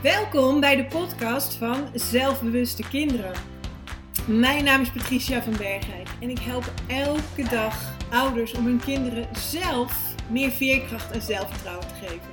Welkom bij de podcast van Zelfbewuste Kinderen. Mijn naam is Patricia van Bergijk en ik help elke dag ouders om hun kinderen zelf meer veerkracht en zelfvertrouwen te geven.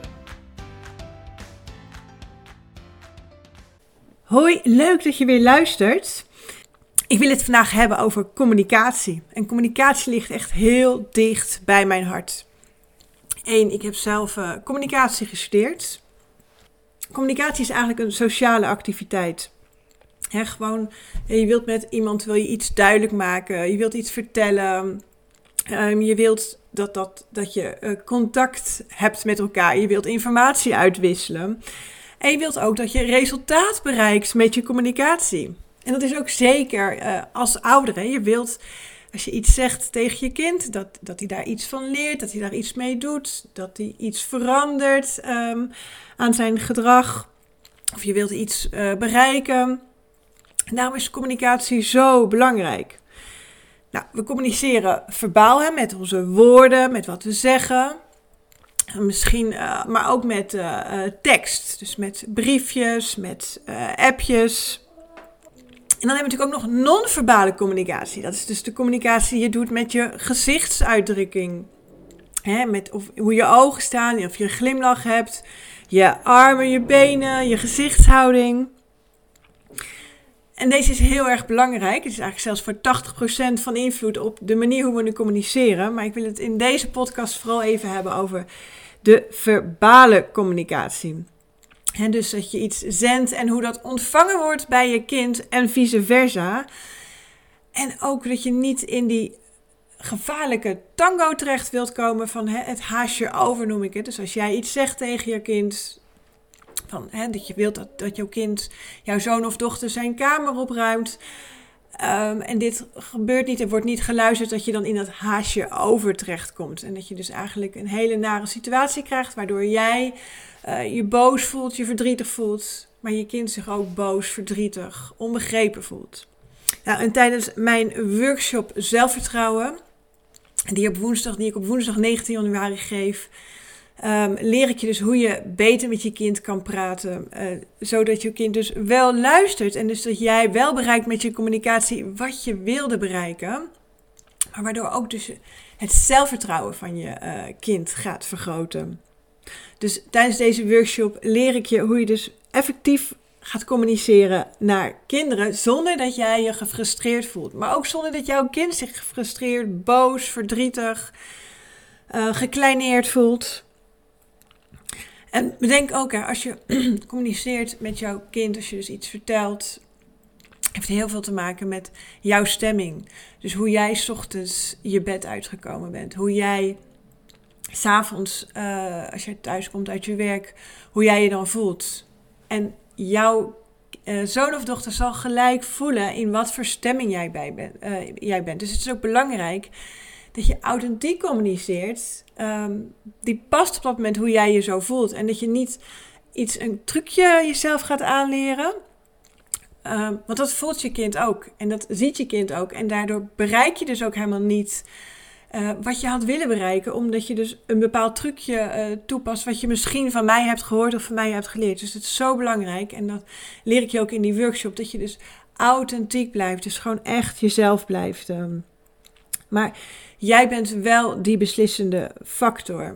Hoi, leuk dat je weer luistert. Ik wil het vandaag hebben over communicatie. En communicatie ligt echt heel dicht bij mijn hart. Ik heb zelf communicatie gestudeerd. Communicatie is eigenlijk een sociale activiteit. Gewoon, je wilt met iemand iets duidelijk maken, je wilt iets vertellen. Je wilt dat je contact hebt met elkaar, je wilt informatie uitwisselen. En je wilt ook dat je resultaat bereikt met je communicatie. En dat is ook zeker als ouder. Je wilt, als je iets zegt tegen je kind, dat hij daar iets van leert, dat hij daar iets mee doet, dat hij iets verandert aan zijn gedrag. Of je wilt iets bereiken. En daarom is communicatie zo belangrijk. Nou, we communiceren verbaal met onze woorden, met wat we zeggen. Misschien, maar ook met tekst. Dus met briefjes, met appjes. En dan hebben we natuurlijk ook nog non-verbale communicatie. Dat is dus de communicatie die je doet met je gezichtsuitdrukking. Met hoe je ogen staan, of je een glimlach hebt. Je armen, je benen, je gezichtshouding. En deze is heel erg belangrijk. Het is eigenlijk zelfs voor 80% van invloed op de manier hoe we nu communiceren. Maar ik wil het in deze podcast vooral even hebben over de verbale communicatie. Dus dat je iets zendt en hoe dat ontvangen wordt bij je kind en vice versa. En ook dat je niet in die gevaarlijke tango terecht wilt komen van het haasje over, noem ik het. Dus als jij iets zegt tegen je kind, dat je wilt dat jouw kind, jouw zoon of dochter zijn kamer opruimt. En dit gebeurt niet, er wordt niet geluisterd, dat je dan in dat haasje over terechtkomt. En dat je dus eigenlijk een hele nare situatie krijgt, waardoor jij je boos voelt, je verdrietig voelt. Maar je kind zich ook boos, verdrietig, onbegrepen voelt. Nou, en tijdens mijn workshop Zelfvertrouwen, die ik op woensdag 19 januari geef, leer ik je dus hoe je beter met je kind kan praten. Zodat je kind dus wel luistert. En dus dat jij wel bereikt met je communicatie wat je wilde bereiken. Maar waardoor ook dus het zelfvertrouwen van je kind gaat vergroten. Dus tijdens deze workshop leer ik je hoe je dus effectief gaat communiceren naar kinderen. Zonder dat jij je gefrustreerd voelt. Maar ook zonder dat jouw kind zich gefrustreerd, boos, verdrietig, gekleineerd voelt. En bedenk ook, als je communiceert met jouw kind, als je dus iets vertelt, heeft heel veel te maken met jouw stemming. Dus hoe jij 's ochtends je bed uitgekomen bent. Hoe jij 's avonds, als je thuis komt uit je werk, hoe jij je dan voelt. En jouw zoon of dochter zal gelijk voelen in wat voor stemming jij bent. Dus het is ook belangrijk dat je authentiek communiceert, die past op dat moment hoe jij je zo voelt. En dat je niet een trucje jezelf gaat aanleren. Want dat voelt je kind ook. En dat ziet je kind ook. En daardoor bereik je dus ook helemaal niet wat je had willen bereiken. Omdat je dus een bepaald trucje toepast wat je misschien van mij hebt gehoord of van mij hebt geleerd. Dus het is zo belangrijk. En dat leer ik je ook in die workshop. Dat je dus authentiek blijft. Dus gewoon echt jezelf blijft. Maar jij bent wel die beslissende factor.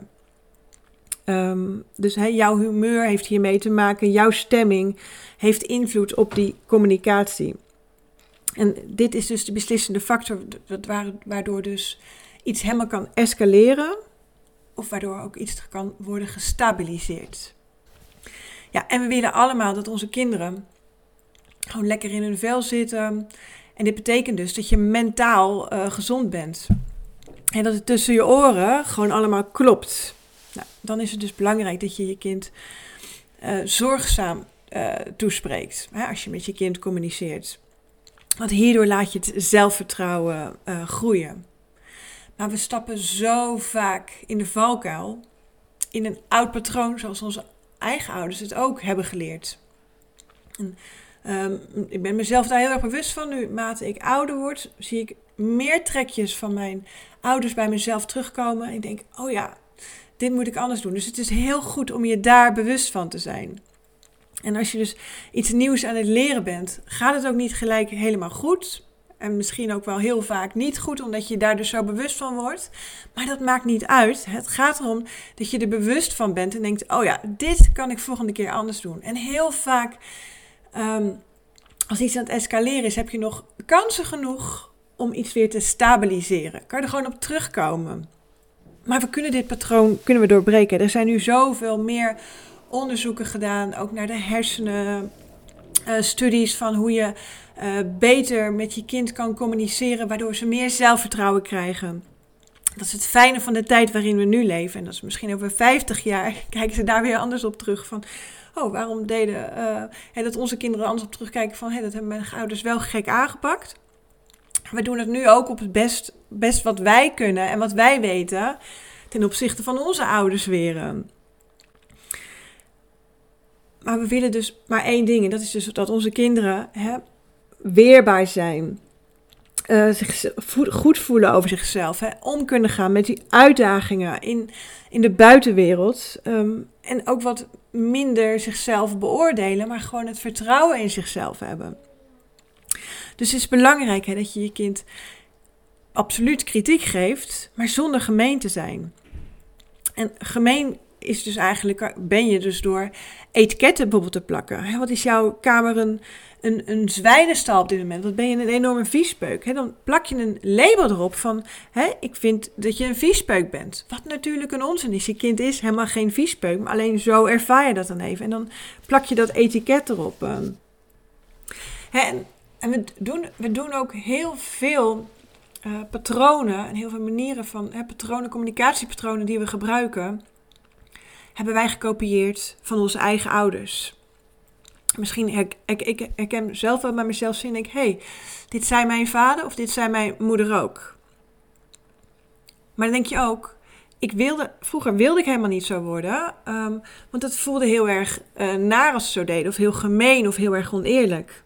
Dus jouw humeur heeft hiermee te maken. Jouw stemming heeft invloed op die communicatie. En dit is dus de beslissende factor waardoor dus iets helemaal kan escaleren. Of waardoor ook iets kan worden gestabiliseerd. Ja, en we willen allemaal dat onze kinderen gewoon lekker in hun vel zitten. En dit betekent dus dat je mentaal gezond bent. En dat het tussen je oren gewoon allemaal klopt. Nou, dan is het dus belangrijk dat je je kind zorgzaam toespreekt. Als je met je kind communiceert. Want hierdoor laat je het zelfvertrouwen groeien. Maar we stappen zo vaak in de valkuil. In een oud patroon zoals onze eigen ouders het ook hebben geleerd. En, ik ben mezelf daar heel erg bewust van. Nu, naarmate ik ouder word, zie ik meer trekjes van mijn ouders bij mezelf terugkomen. En ik denk, oh ja, dit moet ik anders doen. Dus het is heel goed om je daar bewust van te zijn. En als je dus iets nieuws aan het leren bent, gaat het ook niet gelijk helemaal goed. En misschien ook wel heel vaak niet goed, omdat je daar dus zo bewust van wordt. Maar dat maakt niet uit. Het gaat erom dat je er bewust van bent en denkt, oh ja, dit kan ik volgende keer anders doen. En heel vaak, als iets aan het escaleren is, heb je nog kansen genoeg om iets weer te stabiliseren. Kan je er gewoon op terugkomen. Maar we kunnen dit patroon doorbreken. Er zijn nu zoveel meer onderzoeken gedaan, ook naar de hersenen, studies van hoe je beter met je kind kan communiceren, waardoor ze meer zelfvertrouwen krijgen. Dat is het fijne van de tijd waarin we nu leven. En dat is misschien over 50 jaar, kijken ze daar weer anders op terug van, oh, waarom dat onze kinderen anders op terugkijken van, dat hebben mijn ouders wel gek aangepakt. We doen het nu ook op het best wat wij kunnen en wat wij weten ten opzichte van onze ouders weer. Maar we willen dus maar één ding. En dat is dus dat onze kinderen weerbaar zijn. Zich goed voelen over zichzelf. Om kunnen gaan met die uitdagingen in de buitenwereld. En ook wat minder zichzelf beoordelen. Maar gewoon het vertrouwen in zichzelf hebben. Dus het is belangrijk dat je je kind absoluut kritiek geeft. Maar zonder gemeen te zijn. En gemeen is dus eigenlijk, ben je dus door etiketten bijvoorbeeld te plakken. Wat is jouw kamer een zwijnenstal op dit moment? Wat ben je een enorme viespeuk? Dan plak je een label erop van, ik vind dat je een viespeuk bent. Wat natuurlijk een onzin is. Je kind is helemaal geen viespeuk, maar alleen zo ervaar je dat dan even. En dan plak je dat etiket erop. En we doen ook heel veel patronen en heel veel manieren van patronen, communicatiepatronen die we gebruiken, hebben wij gekopieerd van onze eigen ouders. Misschien ik herken zelf wel bij mezelf zien en denk, dit zei mijn vader of dit zei mijn moeder ook. Maar dan denk je ook, vroeger wilde ik helemaal niet zo worden, want het voelde heel erg naar als ze zo deden, of heel gemeen of heel erg oneerlijk.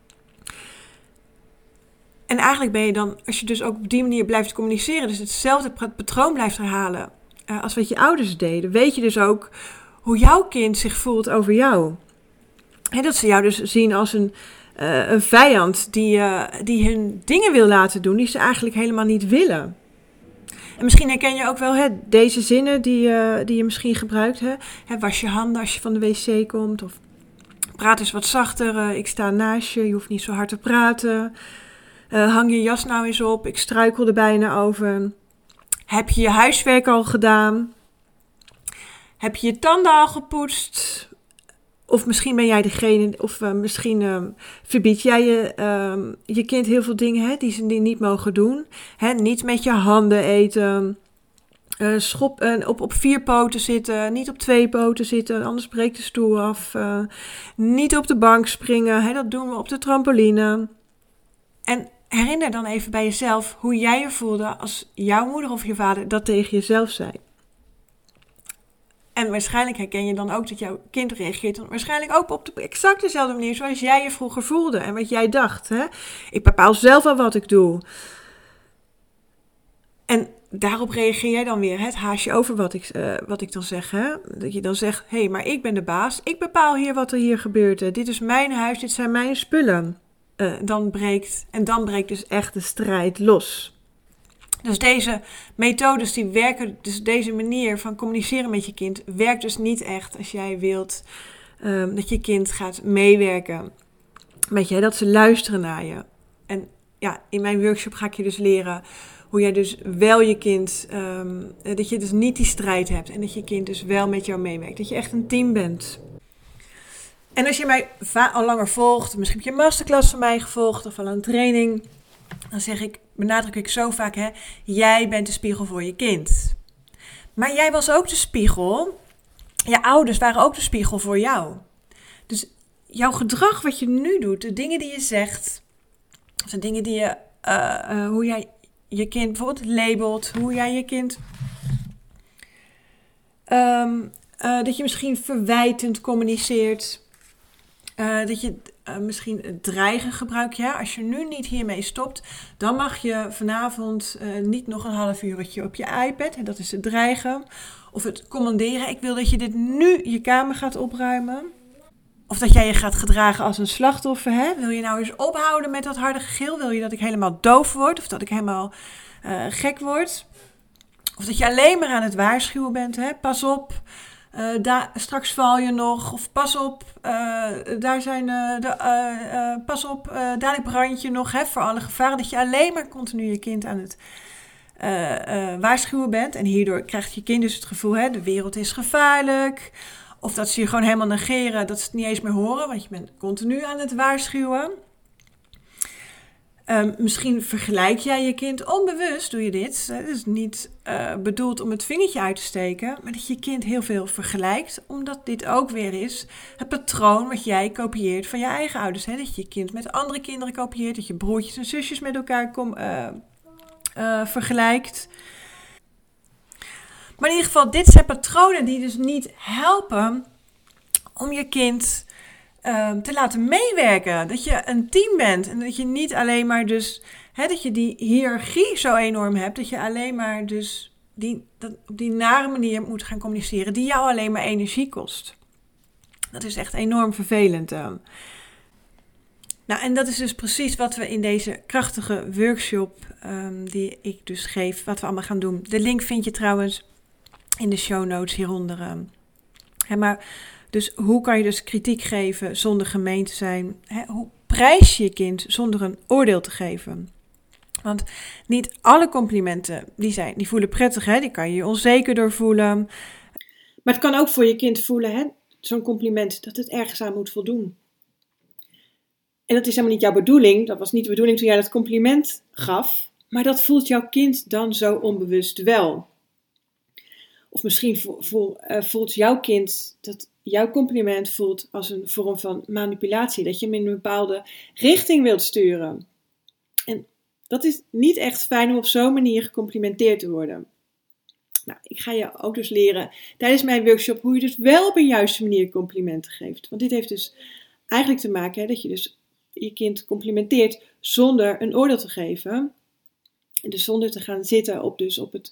En eigenlijk ben je dan, als je dus ook op die manier blijft communiceren, dus hetzelfde patroon blijft herhalen als wat je ouders deden, weet je dus ook hoe jouw kind zich voelt over jou. Dat ze jou dus zien als een vijand die hun dingen wil laten doen die ze eigenlijk helemaal niet willen. En misschien herken je ook wel deze zinnen die je misschien gebruikt. Was je handen als je van de wc komt. Of praat eens wat zachter, ik sta naast je, je hoeft niet zo hard te praten. Hang je jas nou eens op, ik struikel er bijna over. Heb je je huiswerk al gedaan? Heb je je tanden al gepoetst? Of misschien ben jij degene, of misschien verbied jij je kind heel veel dingen die ze niet mogen doen. Niet met je handen eten, op 4 poten zitten, niet op 2 poten zitten, anders breekt de stoel af. Niet op de bank springen, dat doen we op de trampoline. En herinner dan even bij jezelf hoe jij je voelde als jouw moeder of je vader dat tegen jezelf zei. En waarschijnlijk herken je dan ook dat jouw kind reageert dan waarschijnlijk ook op de exact dezelfde manier zoals jij je vroeger voelde en wat jij dacht. Ik bepaal zelf wel wat ik doe. En daarop reageer jij dan weer het haasje over wat ik dan zeg. Dat je dan zegt, maar ik ben de baas. Ik bepaal hier wat er hier gebeurt. Dit is mijn huis, dit zijn mijn spullen. Dan breekt dus echt de strijd los. Dus deze methodes die werken, dus deze manier van communiceren met je kind werkt dus niet echt als jij wilt dat je kind gaat meewerken met je, dat ze luisteren naar je. En ja, in mijn workshop ga ik je dus leren hoe jij dus wel je kind, dat je dus niet die strijd hebt en dat je kind dus wel met jou meewerkt. Dat je echt een team bent. En als je mij al langer volgt, misschien heb je een masterclass van mij gevolgd of al een training, dan benadruk ik zo vaak, jij bent de spiegel voor je kind. Maar jij was ook de spiegel, je ouders waren ook de spiegel voor jou. Dus jouw gedrag wat je nu doet, de dingen die je zegt, of de dingen die je, hoe jij je kind bijvoorbeeld labelt, hoe jij je kind, dat je misschien verwijtend communiceert, dat je misschien dreigen gebruikt. Ja, als je nu niet hiermee stopt, dan mag je vanavond niet nog een half uurtje op je iPad. En dat is het dreigen. Of het commanderen. Ik wil dat je dit nu je kamer gaat opruimen. Of dat jij je gaat gedragen als een slachtoffer. Hè? Wil je nou eens ophouden met dat harde gegil? Wil je dat ik helemaal doof word? Of dat ik helemaal gek word? Of dat je alleen maar aan het waarschuwen bent. Hè? Pas op, straks val je nog. Of pas op, pas op, dadelijk brand je nog, hè, voor alle gevaren. Dat je alleen maar continu je kind aan het waarschuwen bent. En hierdoor krijgt je kind dus het gevoel, hè, de wereld is gevaarlijk. Of dat ze je gewoon helemaal negeren, dat ze het niet eens meer horen. Want je bent continu aan het waarschuwen. Misschien vergelijk jij je kind onbewust, doe je dit. Het is niet bedoeld om het vingertje uit te steken, maar dat je kind heel veel vergelijkt, omdat dit ook weer is het patroon wat jij kopieert van je eigen ouders. Hè? Dat je kind met andere kinderen kopieert, dat je broertjes en zusjes met elkaar vergelijkt. Maar in ieder geval, dit zijn patronen die dus niet helpen om je kind te laten meewerken. Dat je een team bent en dat je niet alleen maar dus, dat je die hiërarchie zo enorm hebt, dat je alleen maar dus op die nare manier moet gaan communiceren die jou alleen maar energie kost. Dat is echt enorm vervelend. Nou, en dat is dus precies wat we in deze krachtige workshop die ik dus geef, wat we allemaal gaan doen. De link vind je trouwens in de show notes hieronder. Maar dus hoe kan je dus kritiek geven zonder gemeen te zijn? Hoe prijs je je kind zonder een oordeel te geven? Want niet alle complimenten die voelen prettig, die kan je je onzeker door voelen. Maar het kan ook voor je kind voelen, zo'n compliment, dat het ergens aan moet voldoen. En dat is helemaal niet jouw bedoeling. Dat was niet de bedoeling toen jij dat compliment gaf. Maar dat voelt jouw kind dan zo onbewust wel. Of misschien voelt jouw kind dat jouw compliment voelt als een vorm van manipulatie. Dat je hem in een bepaalde richting wilt sturen. En dat is niet echt fijn om op zo'n manier gecomplimenteerd te worden. Nou, ik ga je ook dus leren tijdens mijn workshop hoe je dus wel op een juiste manier complimenten geeft. Want dit heeft dus eigenlijk te maken dat je dus je kind complimenteert zonder een oordeel te geven. En dus zonder te gaan zitten op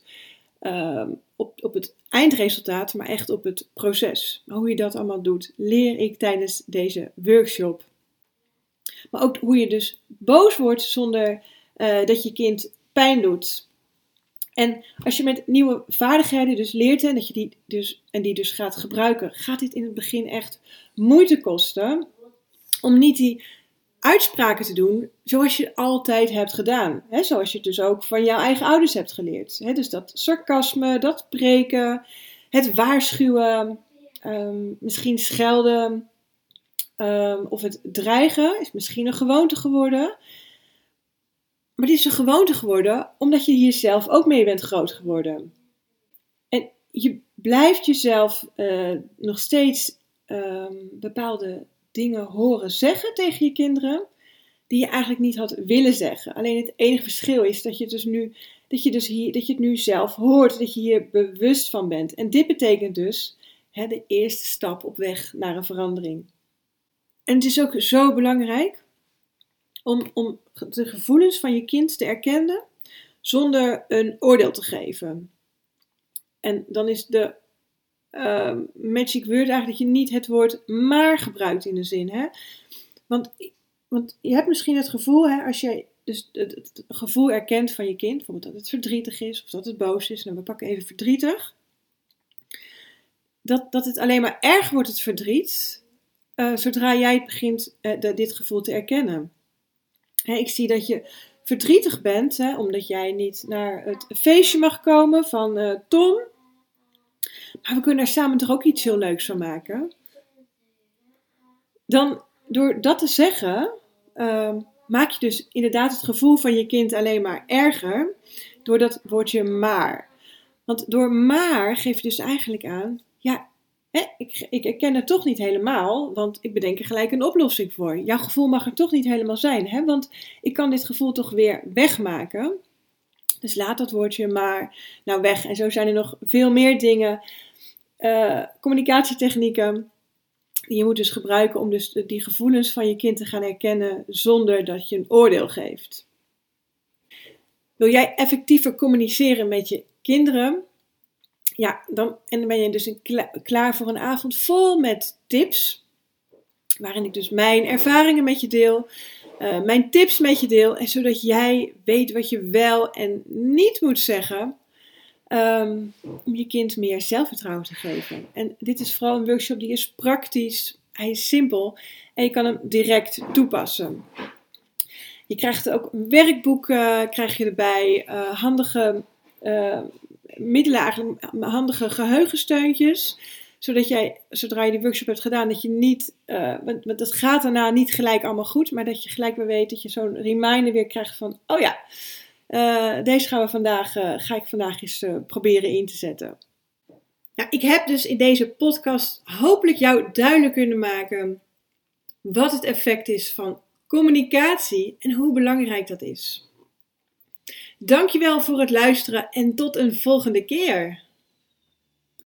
het eindresultaat, maar echt op het proces. Maar hoe je dat allemaal doet, leer ik tijdens deze workshop. Maar ook hoe je dus boos wordt zonder dat je kind pijn doet. En als je met nieuwe vaardigheden dus leert en dat je die dus gaat gebruiken, gaat dit in het begin echt moeite kosten om niet die uitspraken te doen zoals je altijd hebt gedaan. Zoals je het dus ook van jouw eigen ouders hebt geleerd. Dus dat sarcasme, dat preken, het waarschuwen, misschien schelden of het dreigen is misschien een gewoonte geworden. Maar dit is een gewoonte geworden omdat je hier zelf ook mee bent groot geworden. En je blijft jezelf nog steeds bepaalde dingen horen zeggen tegen je kinderen die je eigenlijk niet had willen zeggen. Alleen het enige verschil is dat je het nu zelf hoort, dat je hier bewust van bent. En dit betekent dus de eerste stap op weg naar een verandering. En het is ook zo belangrijk om de gevoelens van je kind te erkennen zonder een oordeel te geven. En dan is de magic word eigenlijk dat je niet het woord maar gebruikt in de zin. Want je hebt misschien het gevoel, als je dus het gevoel erkent van je kind, bijvoorbeeld dat het verdrietig is of dat het boos is. Nou, we pakken even verdrietig. Dat het alleen maar erger wordt, het verdriet, zodra jij begint dit gevoel te erkennen. Ik zie dat je verdrietig bent, omdat jij niet naar het feestje mag komen van Tom. Maar we kunnen er samen toch ook iets heel leuks van maken. Dan, door dat te zeggen, maak je dus inderdaad het gevoel van je kind alleen maar erger. Door dat woordje maar. Want door maar geef je dus eigenlijk aan, ik herken het toch niet helemaal, want ik bedenk er gelijk een oplossing voor. Jouw gevoel mag er toch niet helemaal zijn, want ik kan dit gevoel toch weer wegmaken. Dus laat dat woordje maar nou weg. En zo zijn er nog veel meer dingen, communicatietechnieken, die je moet dus gebruiken om dus die gevoelens van je kind te gaan herkennen zonder dat je een oordeel geeft. Wil jij effectiever communiceren met je kinderen? Ja, dan ben je dus klaar voor een avond vol met tips. waarin ik dus mijn ervaringen met je deel, mijn tips met je deel. En zodat jij weet wat je wel en niet moet zeggen om je kind meer zelfvertrouwen te geven. En dit is vooral een workshop die is praktisch, hij is simpel en je kan hem direct toepassen. Je krijgt ook een werkboek krijg je erbij, handige middelen, eigenlijk handige geheugensteuntjes, zodat jij, zodra je die workshop hebt gedaan, dat je niet, want het gaat daarna niet gelijk allemaal goed, maar dat je gelijk weer weet, dat je zo'n reminder weer krijgt van, oh ja, deze ga ik vandaag eens proberen in te zetten. Nou, ik heb dus in deze podcast hopelijk jou duidelijk kunnen maken wat het effect is van communicatie en hoe belangrijk dat is. Dankjewel voor het luisteren en tot een volgende keer.